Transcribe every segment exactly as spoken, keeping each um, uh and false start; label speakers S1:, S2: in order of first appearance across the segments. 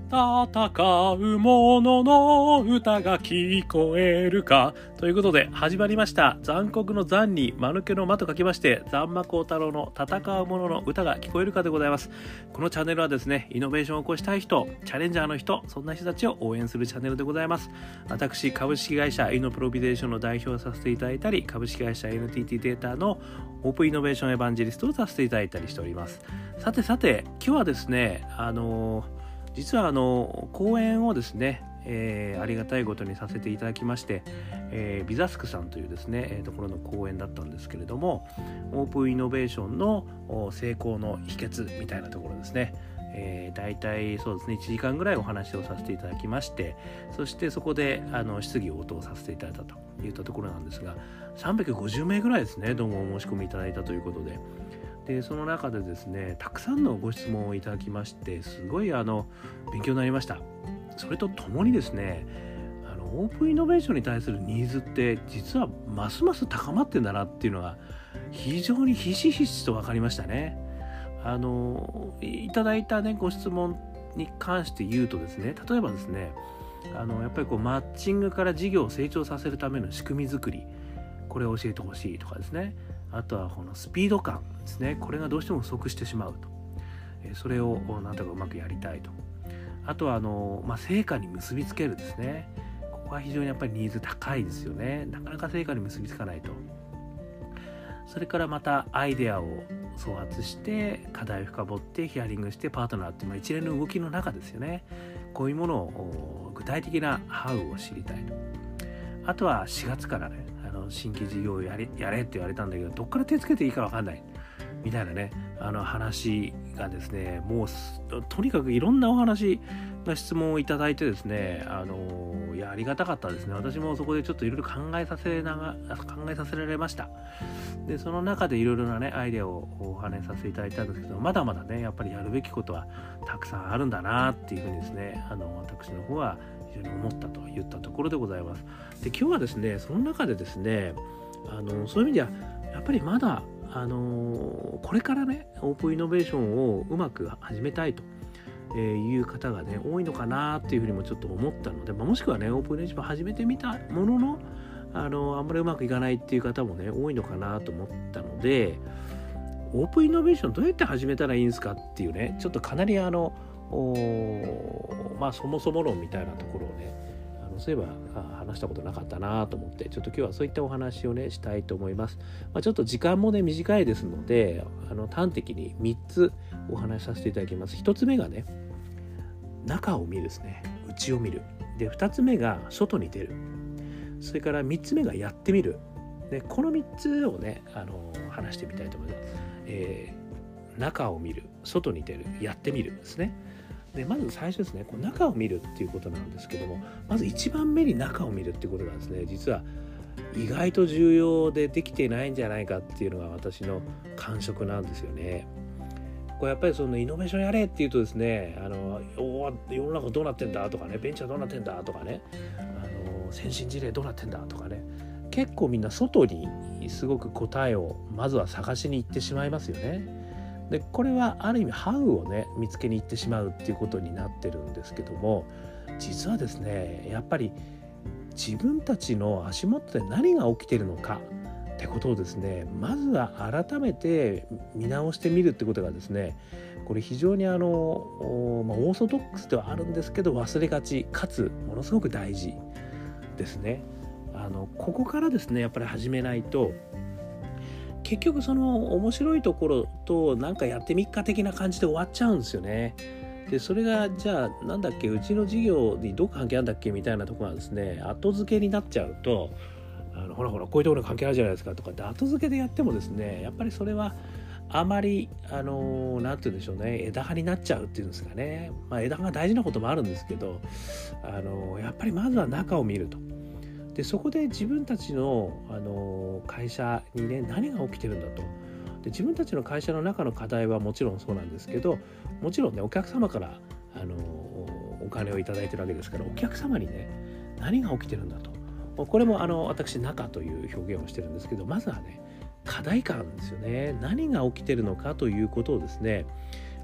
S1: 戦う者の歌が聞こえるかということで始まりました。残酷の残に間抜けの間と書きまして残魔高太郎の戦う者の歌が聞こえるかでございます。このチャンネルはですね、イノベーションを起こしたい人、チャレンジャーの人、そんな人たちを応援するチャンネルでございます。私、株式会社イノプロビゼーションの代表をさせていただいたり、株式会社 エヌティーティー データのオープンイノベーションエヴァンジェリストをさせていただいたりしております。さてさて、今日はですね、あのー実はあの講演をですね、えー、ありがたいことにさせていただきまして、えー、ビザスクさんというですね、えー、ところの講演だったんですけれども、オープンイノベーションの成功の秘訣みたいなところですね、えー、大体そうですねいちじかんぐらいお話をさせていただきまして、そしてそこであの質疑応答させていただいたといったところなんですが、さんびゃくごじゅうめいぐらいですね、どうもお申し込みいただいたということで、でその中でですね、たくさんのご質問をいただきまして、すごいあの勉強になりました。それとともにですね、あのオープンイノベーションに対するニーズって実はますます高まってんだなっていうのが非常にひしひしと分かりましたね。あのいただいたねご質問に関して言うとですね、例えばですね、あのやっぱりこうマッチングから事業を成長させるための仕組み作り、これを教えてほしいとかですね、あとはこのスピード感ですね、これがどうしても不足してしまうと、それをなんとかうまくやりたいと、あとはあの、まあ、成果に結びつけるですね、ここは非常にやっぱりニーズ高いですよね。なかなか成果に結びつかないと。それからまたアイデアを創発して課題を深掘ってヒアリングしてパートナーっていう、まあ、一連の動きの中ですよね。こういうものを具体的なハウを知りたいと。あとはしがつからね、あの新規事業をやれ、やれって言われたんだけど、どっから手つけていいか分かんないみたいなね、あの話がですね、もうとにかくいろんなお話が質問をいただいてですね、あのいやありがたかったですね。私もそこでちょっといろいろ考えさせなが考えさせられました。でその中でいろいろなねアイデアをお話しさせていただいたんですけど、まだまだねやっぱりやるべきことはたくさんあるんだなっていうふうにですね、あの私の方は非常に思ったといったところでございます。で今日はですね、その中でですね、あのそういう意味ではやっぱりまだあのこれからねオープンイノベーションをうまく始めたいという方がね多いのかなっていうふうにもちょっと思ったので、まあ、もしくはねオープンイノベーションを始めてみたもののあのあんまりうまくいかないっていう方もね多いのかなと思ったので、オープンイノベーションどうやって始めたらいいんですかっていうね、ちょっとかなりあのまあそもそも論みたいなところをね、あのそういえば話したことなかったなと思って、ちょっと今日はそういったお話をねしたいと思います。まあ、ちょっと時間もね短いですので、あの端的にみっつお話しさせていただきます。ひとつめがね、中を見るですね、内を見る。でふたつめが外に出る。それからみっつめがやってみる。でこのみっつをね、あの話してみたいと思います。えー、中を見る、外に出る、やってみるですね。でまず最初ですね、こう中を見るっていうことなんですけども、まず一番目に中を見るっていうことがですね、実は意外と重要でできていないんじゃないかっていうのが私の感触なんですよね。これやっぱりそのイノベーションやれっていうとですね、あのお世の中どうなってんだとかね、ベンチャーどうなってんだとかね、あの先進事例どうなってんだとかね、結構みんな外にすごく答えをまずは探しに行ってしまいますよね。でこれはある意味ハウをね見つけに行ってしまうっていうことになってるんですけども、実はですねやっぱり自分たちの足元で何が起きてるのかってことをですね、まずは改めて見直してみるってことがですね、これ非常にあの、まあ、オーソドックスではあるんですけど忘れがちかつものすごく大事ですね。あのここからですねやっぱり始めないと、結局その面白いところとなんかやってみっか的な感じで終わっちゃうんですよね。でそれがじゃあなんだっけ、うちの事業にどう関係あるんだっけみたいなところがですね後付けになっちゃうと、あのほらほらこういうところに関係あるじゃないですかとかって後付けでやってもですね、やっぱりそれはあまりあのなんて言うんでしょうね、枝葉になっちゃうっていうんですかね。まあ枝葉が大事なこともあるんですけど、あのやっぱりまずは中を見ると。でそこで自分たちの、あの会社にね何が起きてるんだと。で自分たちの会社の中の課題はもちろんそうなんですけど、もちろんねお客様から、あのお金をいただいてるわけですから、お客様にね何が起きてるんだと。これもあの私中という表現をしてるんですけど、まずはね課題感ですよね。何が起きてるのかということをですね、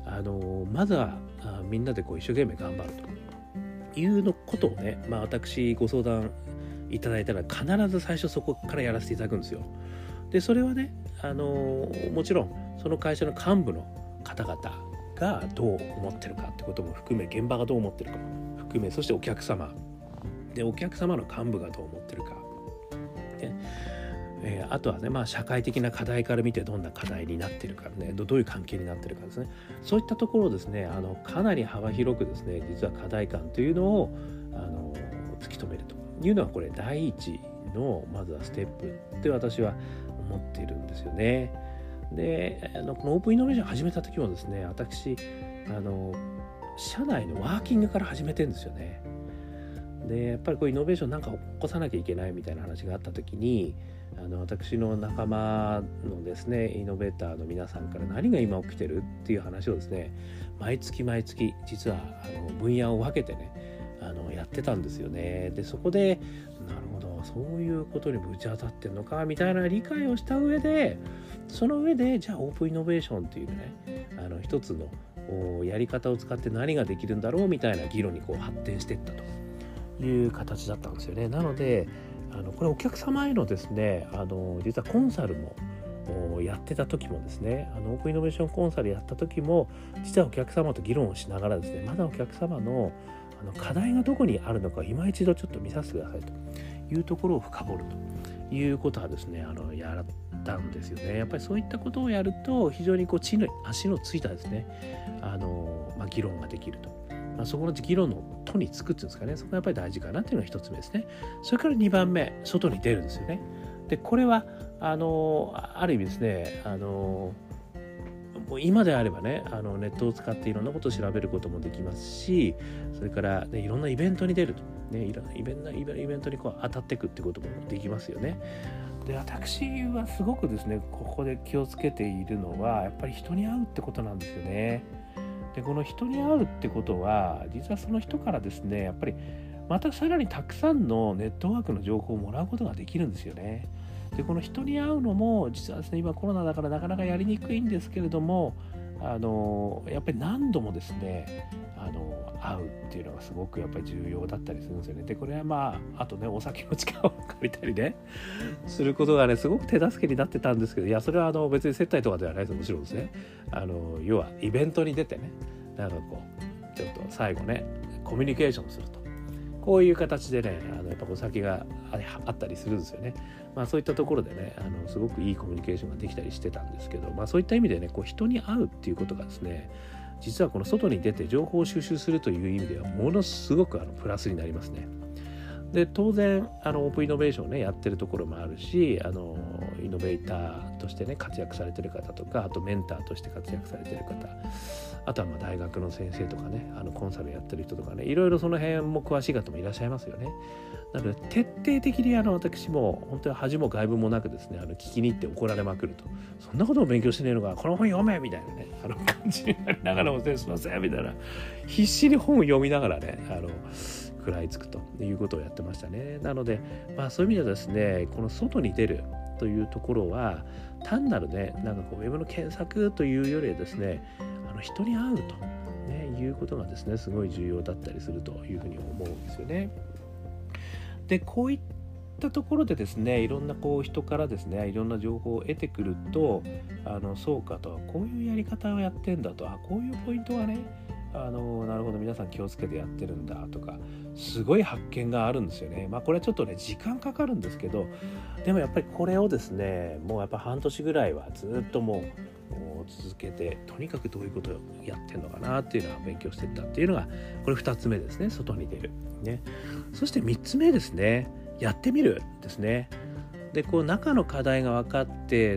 S1: あのまずはあみんなでこう一生懸命頑張るというのことをね、まあ、私ご相談いただいたら必ず最初そこからやらせていただくんですよ。でそれはね、あのもちろんその会社の幹部の方々がどう思ってるかってことも含め、現場がどう思ってるかも含め、そしてお客様でお客様の幹部がどう思ってるか、ねえー、あとはね、まあ、社会的な課題から見てどんな課題になってるかね、 ど, どういう関係になってるかですね、そういったところをですね、あのかなり幅広くですね、実は課題感というのをあの突き止めるというのは、これ第一のまずはステップって私は思っているんですよね。で、あのこのオープンイノベーション始めた時もですね、私あの社内のワーキングから始めてるんですよね。でやっぱりこうイノベーションなんか起こさなきゃいけないみたいな話があった時に、あの私の仲間のですねイノベーターの皆さんから何が今起きてるっていう話をですね、毎月毎月実はあの分野を分けてねあのやってたんですよね。でそこでなるほど、そういうことにぶち当たってんのかみたいな理解をした上で、その上でじゃあオープンイノベーションっていうね、あの一つのやり方を使って何ができるんだろうみたいな議論にこう発展していったという形だったんですよね。なのであのこれお客様へのですね、あの実はコンサルもやってた時もですね、あのオープンイノベーションコンサルやった時も実はお客様と議論をしながらですね、まだお客様のあの課題がどこにあるのか今一度ちょっと見させてくださいというところを深掘るということはですね、あのやったんですよね。やっぱりそういったことをやると非常にこう地の足のついたですね、あの、まあ、議論ができると、まあ、そこの議論の途につくっていうんですかね、そこがやっぱり大事かなっていうのが一つ目ですね。それからにばんめ、外に出るんですよね。でこれはあのある意味ですね、あのもう今であればね、あのネットを使っていろんなことを調べることもできますし、それから、ね、いろんなイベントに出ると、ね、いろんなイベント、イベントにこう当たっていくってこともできますよね。で私はすごくですね、ここで気をつけているのはやっぱり人に会うってことなんですよね。でこの人に会うってことは実はその人からですね、やっぱりまたさらにたくさんのネットワークの情報をもらうことができるんですよね。でこの人に会うのも実はですね、今コロナだからなかなかやりにくいんですけれども、あのやっぱり何度もですねあの会うっていうのがすごくやっぱり重要だったりするんですよね。でこれはまああとね、お酒の力を借りたりねすることがねすごく手助けになってたんですけど、いやそれはあの別に接待とかではないです、もちろんですね。あの要はイベントに出てね、なんかこうちょっと最後ねコミュニケーションすると、こういう形でね、あのやっぱお酒があったりするんですよね。まあそういったところでね、あのすごくいいコミュニケーションができたりしてたんですけど、まあそういった意味でね、こう人に会うっていうことがですね、実はこの外に出て情報を収集するという意味ではものすごくあのプラスになりますね。で当然あのオープンイノベーションをねやってるところもあるし、あのイノベーターとしてね活躍されてる方とか、あとメンターとして活躍されてる方、あとはまあ大学の先生とかね、あのコンサルやってる人とかね、いろいろその辺も詳しい方もいらっしゃいますよね。なので徹底的にあの私も本当に恥も外部もなくですね、あの聞きに行って怒られまくると、そんなことも勉強してねえのか、この本読めみたいなね、あの感じになりながらもすいませんみたいな、必死に本を読みながらね、あの食らいつくということをやってましたね。なので、まあ、そういう意味ではですね、この外に出るというところは単なるね、なんかこうウェブの検索というよりはですね、あの人に会うと、ね、いうことがですねすごい重要だったりするというふうに思うんですよね。でこういったところでですね、いろんなこう人からですねいろんな情報を得てくると、あのそうかと、こういうやり方をやってんだと、あこういうポイントがね、あのなるほど皆さん気をつけてやってるんだとか、すごい発見があるんですよね。まあこれはちょっとね時間かかるんですけど、でもやっぱりこれをですねもうやっぱ半年ぐらいはずっともう続けて、とにかくどういうことをやってるのかなっていうのは勉強していったっていうのがこれふたつめですね、外に出るね。そしてみっつめですね、やってみるですね。でこう中の課題が分かって、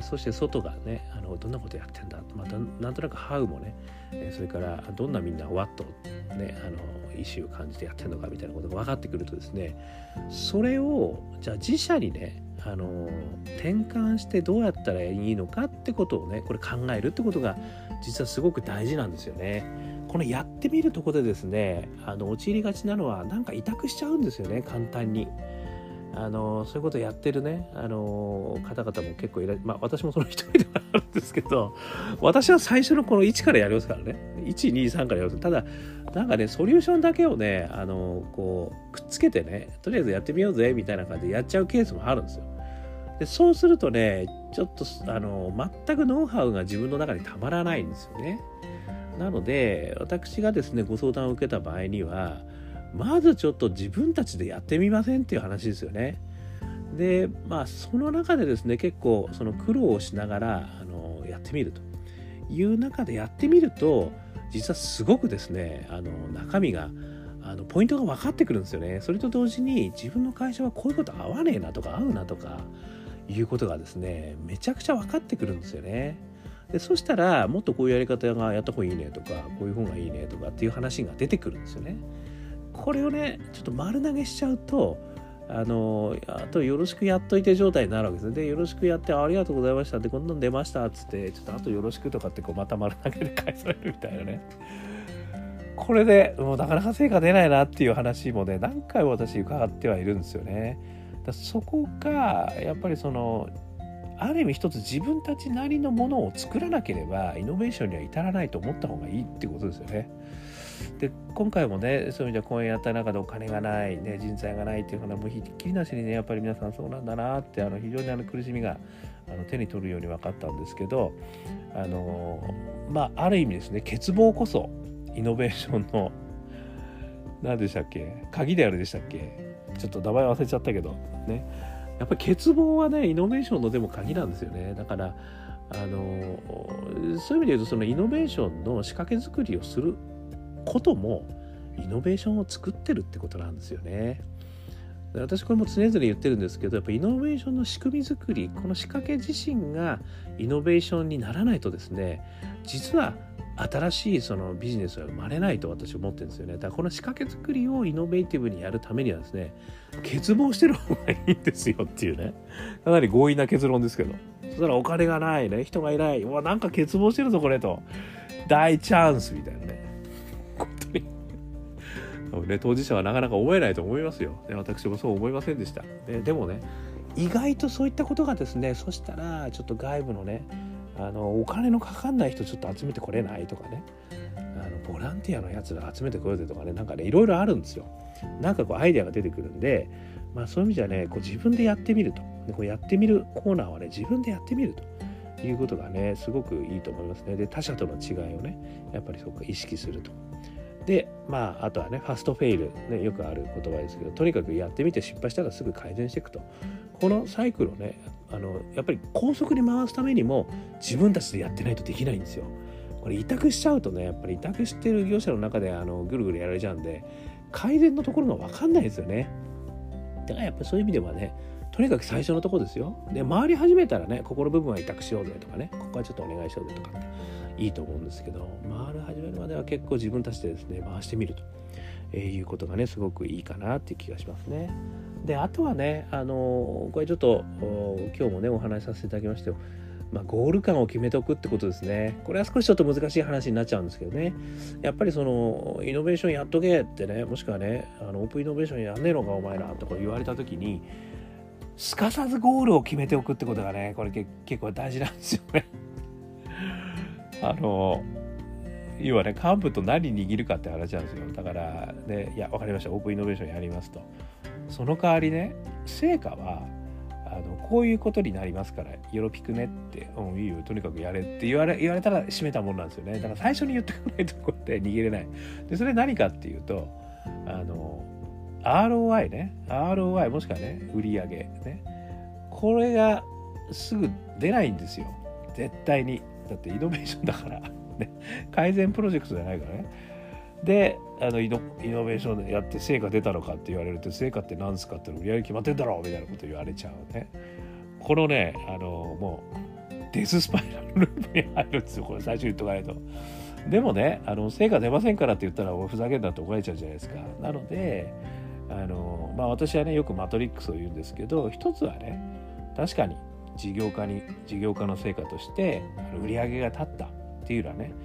S1: そして外がねあのどんなことやってんだ、またなんとなくハウもね、それからどんなみんなワッとねあの意思を感じてやってるのかみたいなことが分かってくるとですね、それをじゃあ自社にねあの転換してどうやったらいいのかってことをねこれ考えるってことが実はすごく大事なんですよね。このやってみるところでですね、あの陥りがちなのはなんか委託しちゃうんですよね、簡単に。 あのそういうことをやってるねあの方々も結構いらっしゃる。まあ私もその一人ではあるんですけど、私は最初のこのいちからやりますからね。いち、に、さんからやります。ただなんかねソリューションだけをねあのこうくっつけてねとりあえずやってみようぜみたいな感じでやっちゃうケースもあるんですよ。でそうするとねちょっとあの全くノウハウが自分の中にたまらないんですよね。なので私がですねご相談を受けた場合にはまずちょっと自分たちでやってみませんっていう話ですよね。でまあその中でですね結構その苦労をしながらあのやってみるという中でやってみると実はすごくですねあの中身があのポイントが分かってくるんですよね。それと同時に自分の会社はこういうこと合わねえなとか合うなとかいうことがですねめちゃくちゃ分かってくるんですよね。でそしたらもっとこういうやり方がやった方がいいねとかこういう方がいいねとかっていう話が出てくるんですよね。これをねちょっと丸投げしちゃうとあのあとよろしくやっといて状態になるわけですね。でよろしくやってありがとうございましたでこんなの出ましたっつってちょっとあとよろしくとかってこうまた丸投げで返されるみたいなね。これでもうなかなか成果出ないなっていう話もね何回も私伺ってはいるんですよね。だそこがやっぱりそのある意味一つ自分たちなりのものを作らなければイノベーションには至らないと思った方がいいってことですよね。で今回もねそういう意味では講演やった中でお金がない、ね、人材がないっていうのはもうひっきりなしにねやっぱり皆さんそうなんだなってあの非常にあの苦しみがあの手に取るように分かったんですけどあのまあある意味ですね欠乏こそイノベーションの何でしたっけ鍵であるでしたっけちょっと名前忘れちゃったけどねやっぱり欠乏はねイノベーションのでも鍵なんですよね。だからあのそういう意味で言うとそのイノベーションの仕掛け作りをすることもイノベーションを作ってるってことなんですよね。私これも常々言ってるんですけどやっぱイノベーションの仕組み作りこの仕掛け自身がイノベーションにならないとですね実は新しいそのビジネスは生まれないと私は思ってるんですよね。だからこの仕掛け作りをイノベーティブにやるためにはですね欠乏してる方がいいんですよっていうねかなり強引な結論ですけどそしたらお金がないね人がいないうわなんか欠乏してるぞこれと大チャンスみたいなねね、当事者はなかなか思えないと思いますよ。で私もそう思いませんでした。で、でもね、意外とそういったことがですね、そしたらちょっと外部のね、あのお金のかかんない人ちょっと集めてこれないとかね、あのボランティアのやつら集めてこようぜとかね、なんかねいろいろあるんですよ。なんかこうアイデアが出てくるんで、まあそういう意味じゃね、こう自分でやってみると、でこうやってみるコーナーはね自分でやってみるということがねすごくいいと思いますね。で他者との違いをねやっぱりそうか意識すると。でまああとはねファストフェイル、ね、よくある言葉ですけどとにかくやってみて失敗したらすぐ改善していくとこのサイクルをねあのやっぱり高速に回すためにも自分たちでやってないとできないんですよ。これ委託しちゃうとねやっぱり委託してる業者の中であのぐるぐるやられちゃうんで改善のところが分かんないですよね。だからやっぱりそういう意味ではねとにかく最初のところですよ。で回り始めたらねここの部分は委託しようぜとかねここはちょっとお願いしようぜとかっていいと思うんですけど回り始めるまでは結構自分たちでですね回してみると、えー、いうことがねすごくいいかなっていう気がしますね。であとはねあのー、これちょっと今日もねお話しさせていただきましたよ。まあ、ゴール感を決めておくってことですね。これは少しちょっと難しい話になっちゃうんですけどねやっぱりそのイノベーションやっとけってねもしくはねあのオープンイノベーションやんねえのかお前らとか言われた時にすかさずゴールを決めておくってことがねこれ結構大事なんですよね。あの要はね幹部と何握るかって話なんですよ。だからねいや分かりましたオープンイノベーションやりますとその代わりね成果はあのこういうことになりますからよろぴくねってうんいいよとにかくやれって言われ言われたら締めたもんなんですよね。だから最初に言ってこないとこって逃げれない。でそれ何かっていうとあの アールオーアイ ね アールオーアイ もしくはね売上ねこれがすぐ出ないんですよ絶対に。だってイノベーションだから、ね、改善プロジェクトじゃないからね。であのイノ、イノベーションでやって成果出たのかって言われると成果って何ですかって売り上げ決まってんだろうみたいなこと言われちゃうね。このねあのもうデススパイラルループに入るんですよこれ最初に言っとかないと。でもねあの成果出ませんからって言ったらふざけんなって怒られちゃうじゃないですか。なのであのまあ私はねよくマトリックスを言うんですけど一つはね確かに事業家に事業家の成果として売り上げが立ったっていうのはね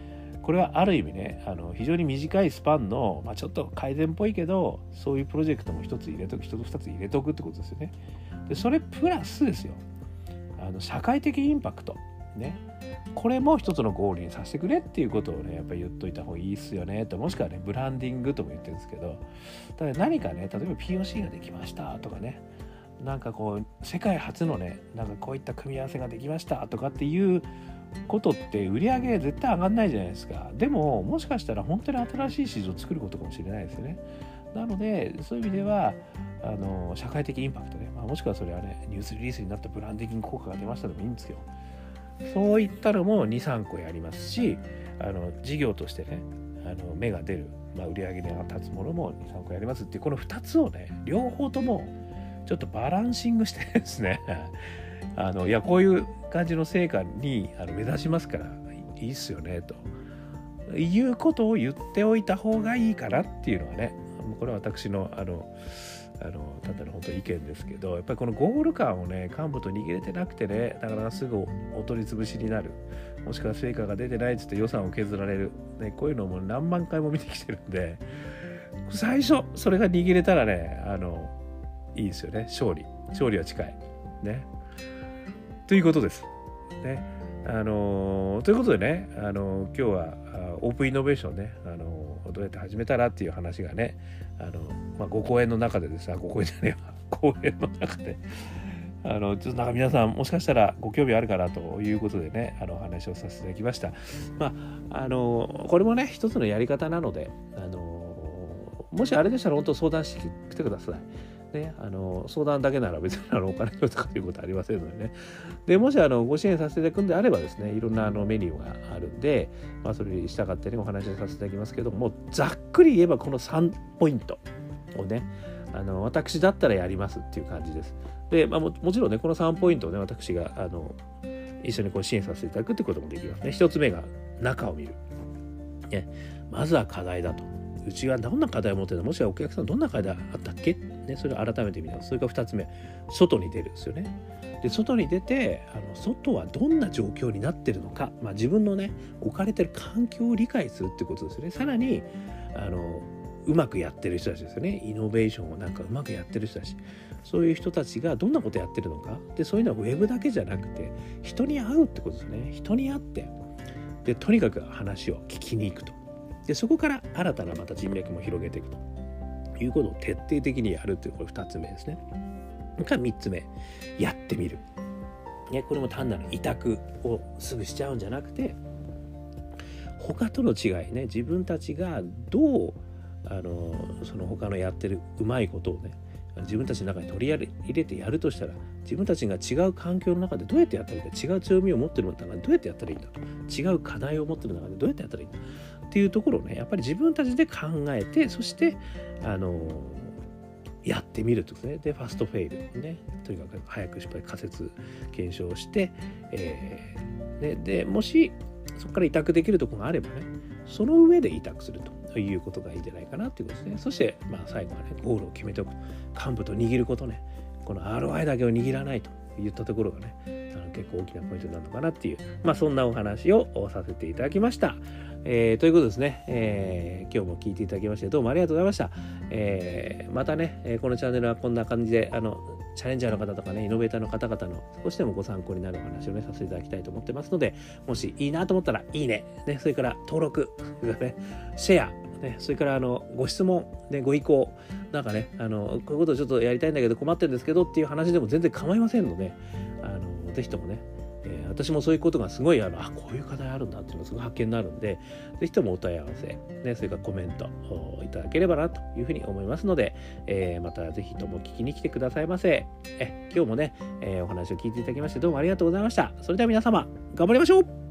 S1: これはある意味ねあの非常に短いスパンの、まあ、ちょっと改善っぽいけどそういうプロジェクトも一つ入れとく一つ二つ入れとくってことですよね。でそれプラスですよあの社会的インパクトねこれも一つのゴールにさせてくれっていうことをねやっぱり言っといた方がいいっすよねともしくはねブランディングとも言ってるんですけどただ何かね例えば ピーオーシー ができましたとかねなんかこう世界初のねなんかこういった組み合わせができましたとかっていうことって売り上げ絶対上がんないじゃないですか。でももしかしたら本当に新しい市場を作ることかもしれないですよね。なのでそういう意味ではあの社会的インパクトね、まあ、もしくはそれはねニュースリリースになったブランディング効果が出ましたでもいいんですけどそういったのも にさんこやりますしあの事業としてねあの芽が出る、まあ、売り上げが立つものも にさんこやりますっていうこのふたつをね両方ともちょっとバランシングしてですねあのいやこういう感じの成果にあの目指しますからいいっすよねということを言っておいた方がいいかなっていうのはねこれは私のあのあのただの本当意見ですけどやっぱりこのゴール感をね幹部と握れてなくてねだからすぐお取り潰しになるもしくは成果が出てないっつって予算を削られる、ね、こういうのも何万回も見てきてるんで最初それが握れたらねあのいいですよね勝利勝利は近いねということですねあのということでねあの今日はオープンイノベーションねあのどうやって始めたらっていう話がねあの、まあ、ご講演の中でですねご講演じゃねえわ講演の中であのちょっとなんか皆さんもしかしたらご興味あるかなということでねあのお話をさせていただきました。まああのこれもね一つのやり方なのであのもしあれでしたら本当相談してきてください。ね、あの相談だけなら別にあのお金とかということはありませんのでね。でもしあのご支援させていただくんであればですねいろんなあのメニューがあるんで、まあ、それに従ってねお話をさせていただきますけどもざっくり言えばこのさんポイントをねあの私だったらやりますっていう感じです。で、まあ、も, もちろんねこのさんポイントをね私があの一緒にこう支援させていただくってこともできますね。一つ目が中を見る、ね、まずは課題だとうちはどんな課題を持っているのもしくはお客さんどんな課題あったっけ、ね、それを改めて見直す。それからふたつめ外に出るですよね。で外に出てあの外はどんな状況になってるのか、まあ、自分のね置かれてる環境を理解するってことですよね。さらにあのうまくやってる人たちですよね。イノベーションをなんかうまくやってる人たちそういう人たちがどんなことやってるのかでそういうのはウェブだけじゃなくて人に会うってことですね。人に会ってでとにかく話を聞きに行くとでそこから新たなまた人脈も広げていくということを徹底的にやるというこれふたつめですね。それからみっつめやってみる、ね、これも単なる委託をすぐしちゃうんじゃなくて他との違いね自分たちがどうあのその他のやってるうまいことをね自分たちの中に取り入れてやるとしたら自分たちが違う環境の中でどうやってやったらいいんだ違う強みを持ってるの中でどうやってやったらいいんだ違う課題を持ってる中でどうやってやったらいいんだっていうところをねやっぱり自分たちで考えてそしてあのやってみるとですね。でファストフェイルねとにかく早く失敗仮説検証して、えー、で, でもしそこから委託できるところがあればねその上で委託するということがいいんじゃないかなということですね。そして、まあ、最後はねゴールを決めておく幹部と握ることねこの アールオーアイ だけを握らないといったところがねあの結構大きなポイントになるのかなっていう、まあ、そんなお話をさせていただきました。えー、ということですね、えー、今日も聞いていただきましてどうもありがとうございました。えー、またねこのチャンネルはこんな感じであのチャレンジャーの方とかねイノベーターの方々の少しでもご参考になるお話をねさせていただきたいと思ってますのでもしいいなと思ったらいいね、ねそれから登録それからねシェアね、それからあのご質問、ね、ご意向なんかねあのこういうことをちょっとやりたいんだけど困ってるんですけどっていう話でも全然構いませんのであのぜひともね、えー、私もそういうことがすごいあのあこういう課題あるんだっていうのがすごい発見になるんでぜひともお問い合わせ、ね、それからコメントいただければなというふうに思いますので、えー、またぜひとも聞きに来てくださいませ。え今日もね、えー、お話を聞いていただきましてどうもありがとうございました。それでは皆様頑張りましょう。